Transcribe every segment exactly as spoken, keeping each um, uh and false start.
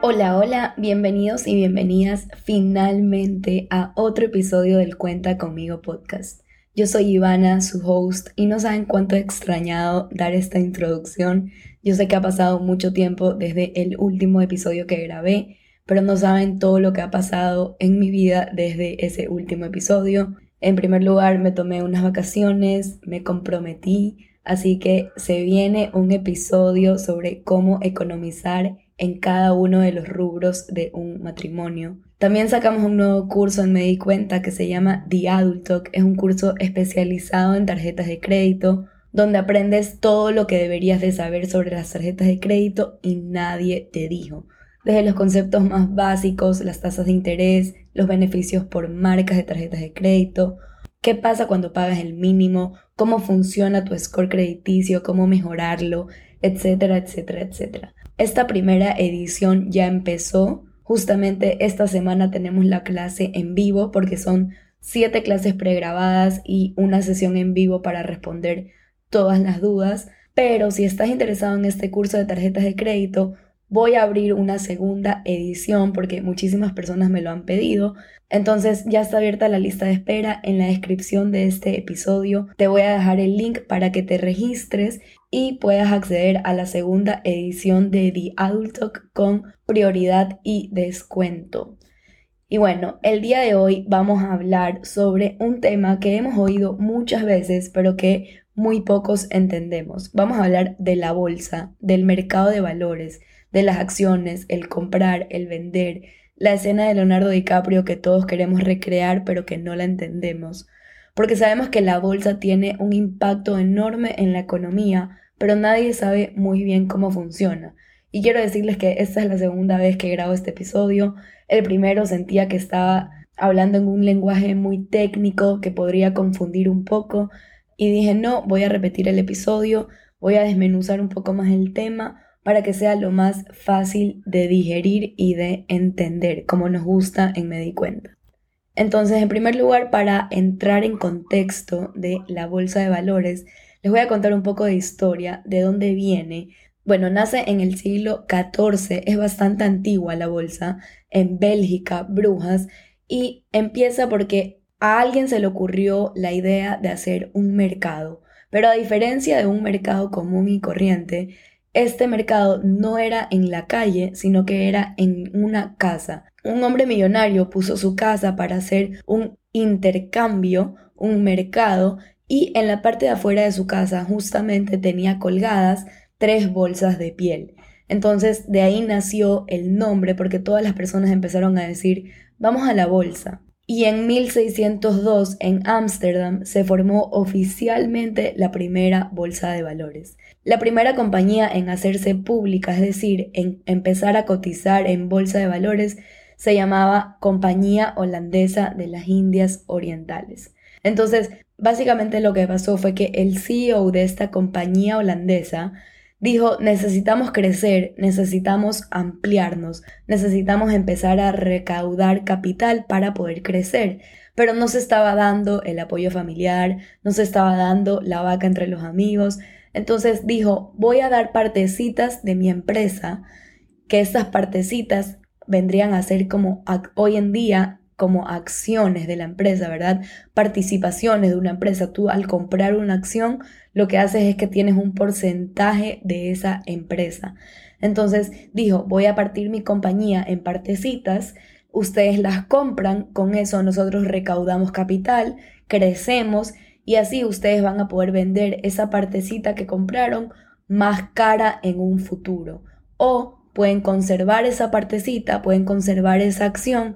Hola, hola, bienvenidos y bienvenidas finalmente a otro episodio del Cuenta Conmigo podcast. Yo soy Ivana, su host, y no saben cuánto he extrañado dar esta introducción. Yo sé que ha pasado mucho tiempo desde el último episodio que grabé, pero no saben todo lo que ha pasado en mi vida desde ese último episodio. En primer lugar, me tomé unas vacaciones, me comprometí, así que se viene un episodio sobre cómo economizar en cada uno de los rubros de un matrimonio. También sacamos un nuevo curso en Me Di Cuenta que se llama The Adult Talk. Es un curso especializado en tarjetas de crédito, donde aprendes todo lo que deberías de saber sobre las tarjetas de crédito y nadie te dijo. Desde los conceptos más básicos, las tasas de interés, los beneficios por marcas de tarjetas de crédito, qué pasa cuando pagas el mínimo, cómo funciona tu score crediticio, cómo mejorarlo, etcétera, etcétera, etcétera. Esta primera edición ya empezó. Justamente esta semana tenemos la clase en vivo porque son siete clases pregrabadas y una sesión en vivo para responder todas las dudas. Pero si estás interesado en este curso de tarjetas de crédito, voy a abrir una segunda edición porque muchísimas personas me lo han pedido. Entonces ya está abierta la lista de espera. En la descripción de este episodio te voy a dejar el link para que te registres y puedas acceder a la segunda edición de The Adult Talk con prioridad y descuento. Y bueno, el día de hoy vamos a hablar sobre un tema que hemos oído muchas veces, pero que muy pocos entendemos. Vamos a hablar de la bolsa, del mercado de valores, de las acciones, el comprar, el vender, la escena de Leonardo DiCaprio que todos queremos recrear, pero que no la entendemos. Porque sabemos que la bolsa tiene un impacto enorme en la economía, pero nadie sabe muy bien cómo funciona. Y quiero decirles que esta es la segunda vez que grabo este episodio. El primero sentía que estaba hablando en un lenguaje muy técnico que podría confundir un poco y dije no, voy a repetir el episodio, voy a desmenuzar un poco más el tema para que sea lo más fácil de digerir y de entender, como nos gusta en Me Di Cuenta. Entonces, en primer lugar, para entrar en contexto de la bolsa de valores, les voy a contar un poco de historia, de dónde viene. Bueno, nace en el siglo catorce, es bastante antigua la bolsa, en Bélgica, Brujas, y empieza porque a alguien se le ocurrió la idea de hacer un mercado. Pero a diferencia de un mercado común y corriente, este mercado no era en la calle, sino que era en una casa. Un hombre millonario puso su casa para hacer un intercambio, un mercado, y en la parte de afuera de su casa justamente tenía colgadas tres bolsas de piel. Entonces de ahí nació el nombre porque todas las personas empezaron a decir vamos a la bolsa. Y en mil seiscientos dos en Ámsterdam se formó oficialmente la primera bolsa de valores. La primera compañía en hacerse pública, es decir, en empezar a cotizar en bolsa de valores, se llamaba Compañía Holandesa de las Indias Orientales. Entonces, básicamente lo que pasó fue que el C E O de esta compañía holandesa dijo, necesitamos crecer, necesitamos ampliarnos, necesitamos empezar a recaudar capital para poder crecer, pero no se estaba dando el apoyo familiar, no se estaba dando la vaca entre los amigos. Entonces dijo, voy a dar partecitas de mi empresa, que estas partecitas vendrían a ser como hoy en día como acciones de la empresa, ¿verdad? Participaciones de una empresa. Tú al comprar una acción, lo que haces es que tienes un porcentaje de esa empresa. Entonces dijo, voy a partir mi compañía en partecitas, ustedes las compran, con eso nosotros recaudamos capital, crecemos y así ustedes van a poder vender esa partecita que compraron más cara en un futuro. O pueden conservar esa partecita, pueden conservar esa acción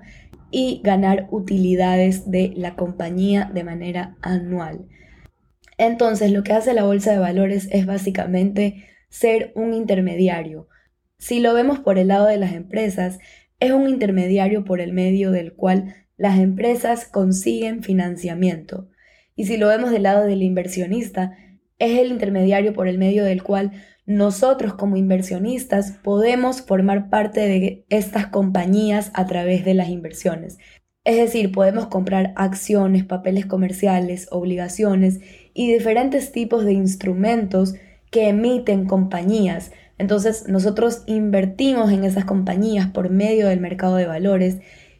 y ganar utilidades de la compañía de manera anual. Entonces, lo que hace la bolsa de valores es básicamente ser un intermediario. Si lo vemos por el lado de las empresas, es un intermediario por el medio del cual las empresas consiguen financiamiento. Y si lo vemos del lado del inversionista, es el intermediario por el medio del cual nosotros como inversionistas podemos formar parte de estas compañías a través de las inversiones. Es decir, podemos comprar acciones, papeles comerciales, obligaciones y diferentes tipos de instrumentos que emiten compañías. Entonces nosotros invertimos en esas compañías por medio del mercado de valores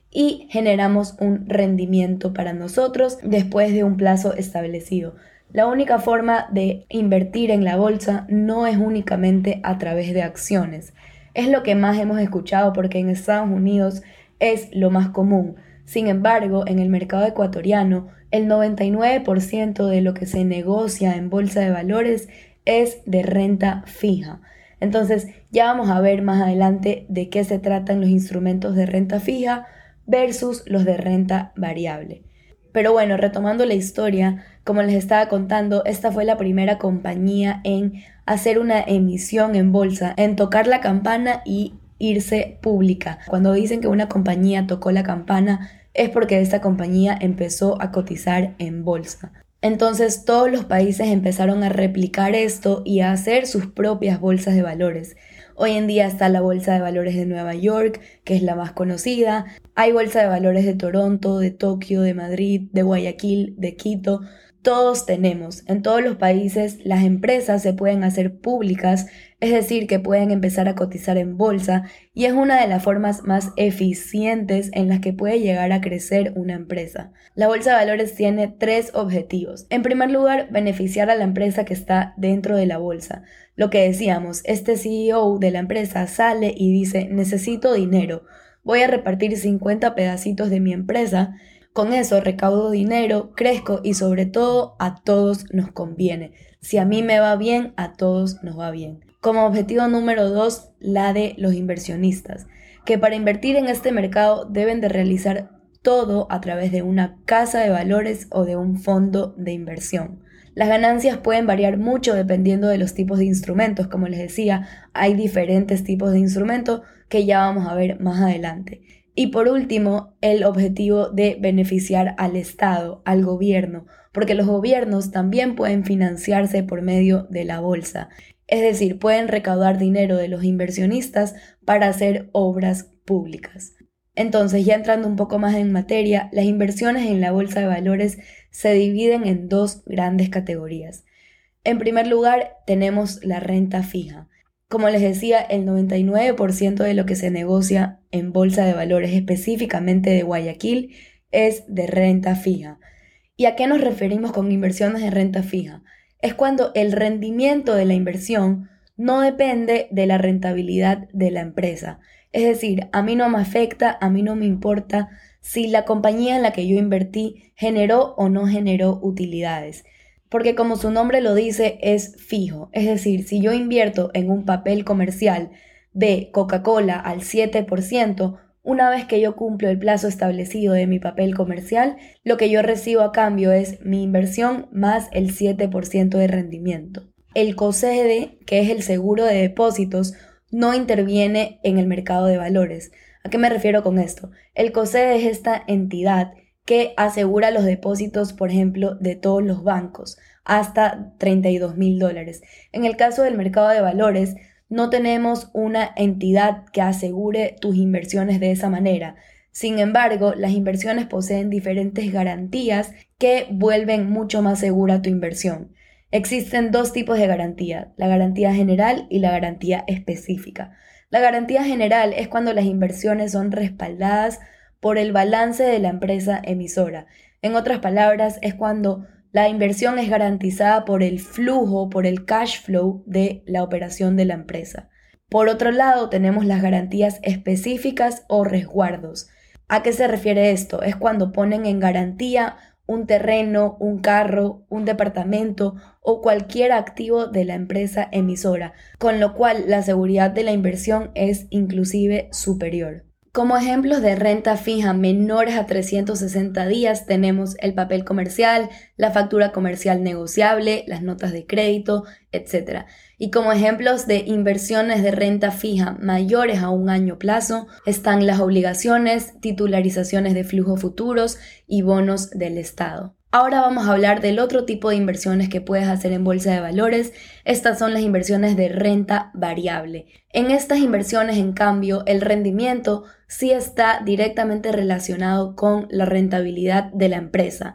y generamos un rendimiento para nosotros después de un plazo establecido. La única forma de invertir en la bolsa no es únicamente a través de acciones. Es lo que más hemos escuchado porque en Estados Unidos es lo más común. Sin embargo, en el mercado ecuatoriano, el noventa y nueve por ciento de lo que se negocia en bolsa de valores es de renta fija. Entonces, ya vamos a ver más adelante de qué se tratan los instrumentos de renta fija versus los de renta variable. Pero bueno, retomando la historia, como les estaba contando, esta fue la primera compañía en hacer una emisión en bolsa, en tocar la campana y irse pública. Cuando dicen que una compañía tocó la campana, es porque esta compañía empezó a cotizar en bolsa. Entonces todos los países empezaron a replicar esto y a hacer sus propias bolsas de valores. Hoy en día está la Bolsa de Valores de Nueva York, que es la más conocida. Hay Bolsa de Valores de Toronto, de Tokio, de Madrid, de Guayaquil, de Quito. Todos tenemos. En todos los países las empresas se pueden hacer públicas, es decir, que pueden empezar a cotizar en bolsa y es una de las formas más eficientes en las que puede llegar a crecer una empresa. La Bolsa de Valores tiene tres objetivos. En primer lugar, beneficiar a la empresa que está dentro de la bolsa. Lo que decíamos, este C E O de la empresa sale y dice, necesito dinero, voy a repartir cincuenta pedacitos de mi empresa. Con eso recaudo dinero, crezco y sobre todo a todos nos conviene. Si a mí me va bien, a todos nos va bien. Como objetivo número dos, la de los inversionistas, que para invertir en este mercado deben de realizar todo a través de una casa de valores o de un fondo de inversión. Las ganancias pueden variar mucho dependiendo de los tipos de instrumentos. Como les decía, hay diferentes tipos de instrumentos que ya vamos a ver más adelante. Y por último, el objetivo de beneficiar al Estado, al gobierno, porque los gobiernos también pueden financiarse por medio de la bolsa. Es decir, pueden recaudar dinero de los inversionistas para hacer obras públicas. Entonces, ya entrando un poco más en materia, las inversiones en la bolsa de valores se dividen en dos grandes categorías. En primer lugar, tenemos la renta fija. Como les decía, el noventa y nueve por ciento de lo que se negocia en bolsa de valores, específicamente de Guayaquil, es de renta fija. ¿Y a qué nos referimos con inversiones de renta fija? Es cuando el rendimiento de la inversión no depende de la rentabilidad de la empresa. Es decir, a mí no me afecta, a mí no me importa si la compañía en la que yo invertí generó o no generó utilidades. Porque como su nombre lo dice, es fijo. Es decir, si yo invierto en un papel comercial de Coca-Cola al siete por ciento, una vez que yo cumplo el plazo establecido de mi papel comercial, lo que yo recibo a cambio es mi inversión más el siete por ciento de rendimiento. El COSEDE, que es el seguro de depósitos, no interviene en el mercado de valores. ¿A qué me refiero con esto? El COSEDE es esta entidad que asegura los depósitos, por ejemplo, de todos los bancos, hasta treinta y dos mil dólares. En el caso del mercado de valores, no tenemos una entidad que asegure tus inversiones de esa manera. Sin embargo, las inversiones poseen diferentes garantías que vuelven mucho más segura tu inversión. Existen dos tipos de garantía, la garantía general y la garantía específica. La garantía general es cuando las inversiones son respaldadas por el balance de la empresa emisora. En otras palabras, es cuando la inversión es garantizada por el flujo, por el cash flow de la operación de la empresa. Por otro lado, tenemos las garantías específicas o resguardos. ¿A qué se refiere esto? Es cuando ponen en garantía un terreno, un carro, un departamento o cualquier activo de la empresa emisora, con lo cual la seguridad de la inversión es inclusive superior. Como ejemplos de renta fija menores a trescientos sesenta días tenemos el papel comercial, la factura comercial negociable, las notas de crédito, etcétera. Y como ejemplos de inversiones de renta fija mayores a un año plazo están las obligaciones, titularizaciones de flujo futuros y bonos del Estado. Ahora vamos a hablar del otro tipo de inversiones que puedes hacer en bolsa de valores. Estas son las inversiones de renta variable. En estas inversiones, en cambio, el rendimiento sí está directamente relacionado con la rentabilidad de la empresa.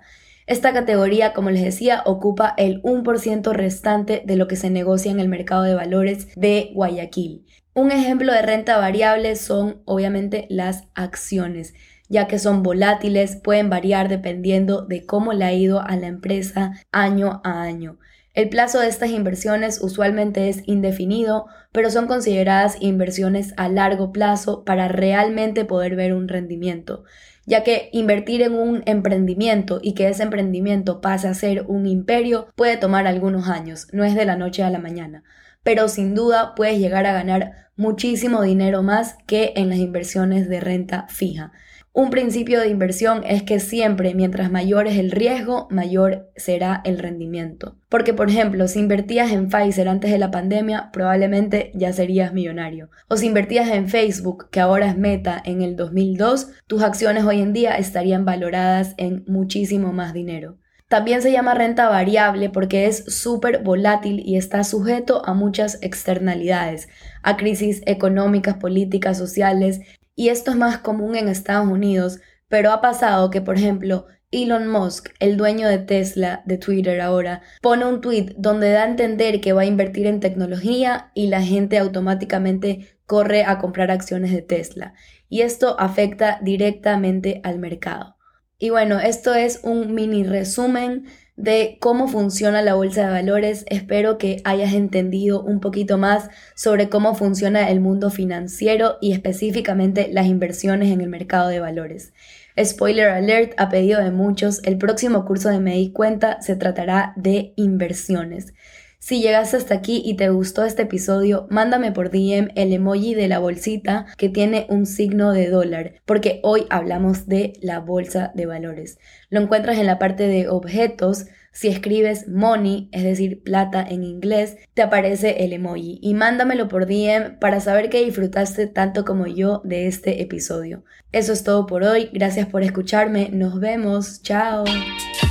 Esta categoría, como les decía, ocupa el uno por ciento restante de lo que se negocia en el mercado de valores de Guayaquil. Un ejemplo de renta variable son obviamente las acciones, ya que son volátiles, pueden variar dependiendo de cómo le ha ido a la empresa año a año. El plazo de estas inversiones usualmente es indefinido, pero son consideradas inversiones a largo plazo para realmente poder ver un rendimiento, ya que invertir en un emprendimiento y que ese emprendimiento pase a ser un imperio puede tomar algunos años, no es de la noche a la mañana, pero sin duda puedes llegar a ganar muchísimo dinero más que en las inversiones de renta fija. Un principio de inversión es que siempre, mientras mayor es el riesgo, mayor será el rendimiento. Porque, por ejemplo, si invertías en Pfizer antes de la pandemia, probablemente ya serías millonario. O si invertías en Facebook, que ahora es Meta, en el dos mil dos, tus acciones hoy en día estarían valoradas en muchísimo más dinero. También se llama renta variable porque es súper volátil y está sujeto a muchas externalidades, a crisis económicas, políticas, sociales. Y esto es más común en Estados Unidos, pero ha pasado que, por ejemplo, Elon Musk, el dueño de Tesla, de Twitter ahora, pone un tweet donde da a entender que va a invertir en tecnología y la gente automáticamente corre a comprar acciones de Tesla. Y esto afecta directamente al mercado. Y bueno, esto es un mini resumen de cómo funciona la bolsa de valores. Espero que hayas entendido un poquito más sobre cómo funciona el mundo financiero y específicamente las inversiones en el mercado de valores. Spoiler alert, a pedido de muchos, el próximo curso de Me Di Cuenta se tratará de inversiones. Si llegaste hasta aquí y te gustó este episodio, mándame por D M el emoji de la bolsita que tiene un signo de dólar, porque hoy hablamos de la bolsa de valores. Lo encuentras en la parte de objetos. Si escribes money, es decir, plata en inglés, te aparece el emoji. Y mándamelo por D M para saber que disfrutaste tanto como yo de este episodio. Eso es todo por hoy. Gracias por escucharme. Nos vemos. Chao.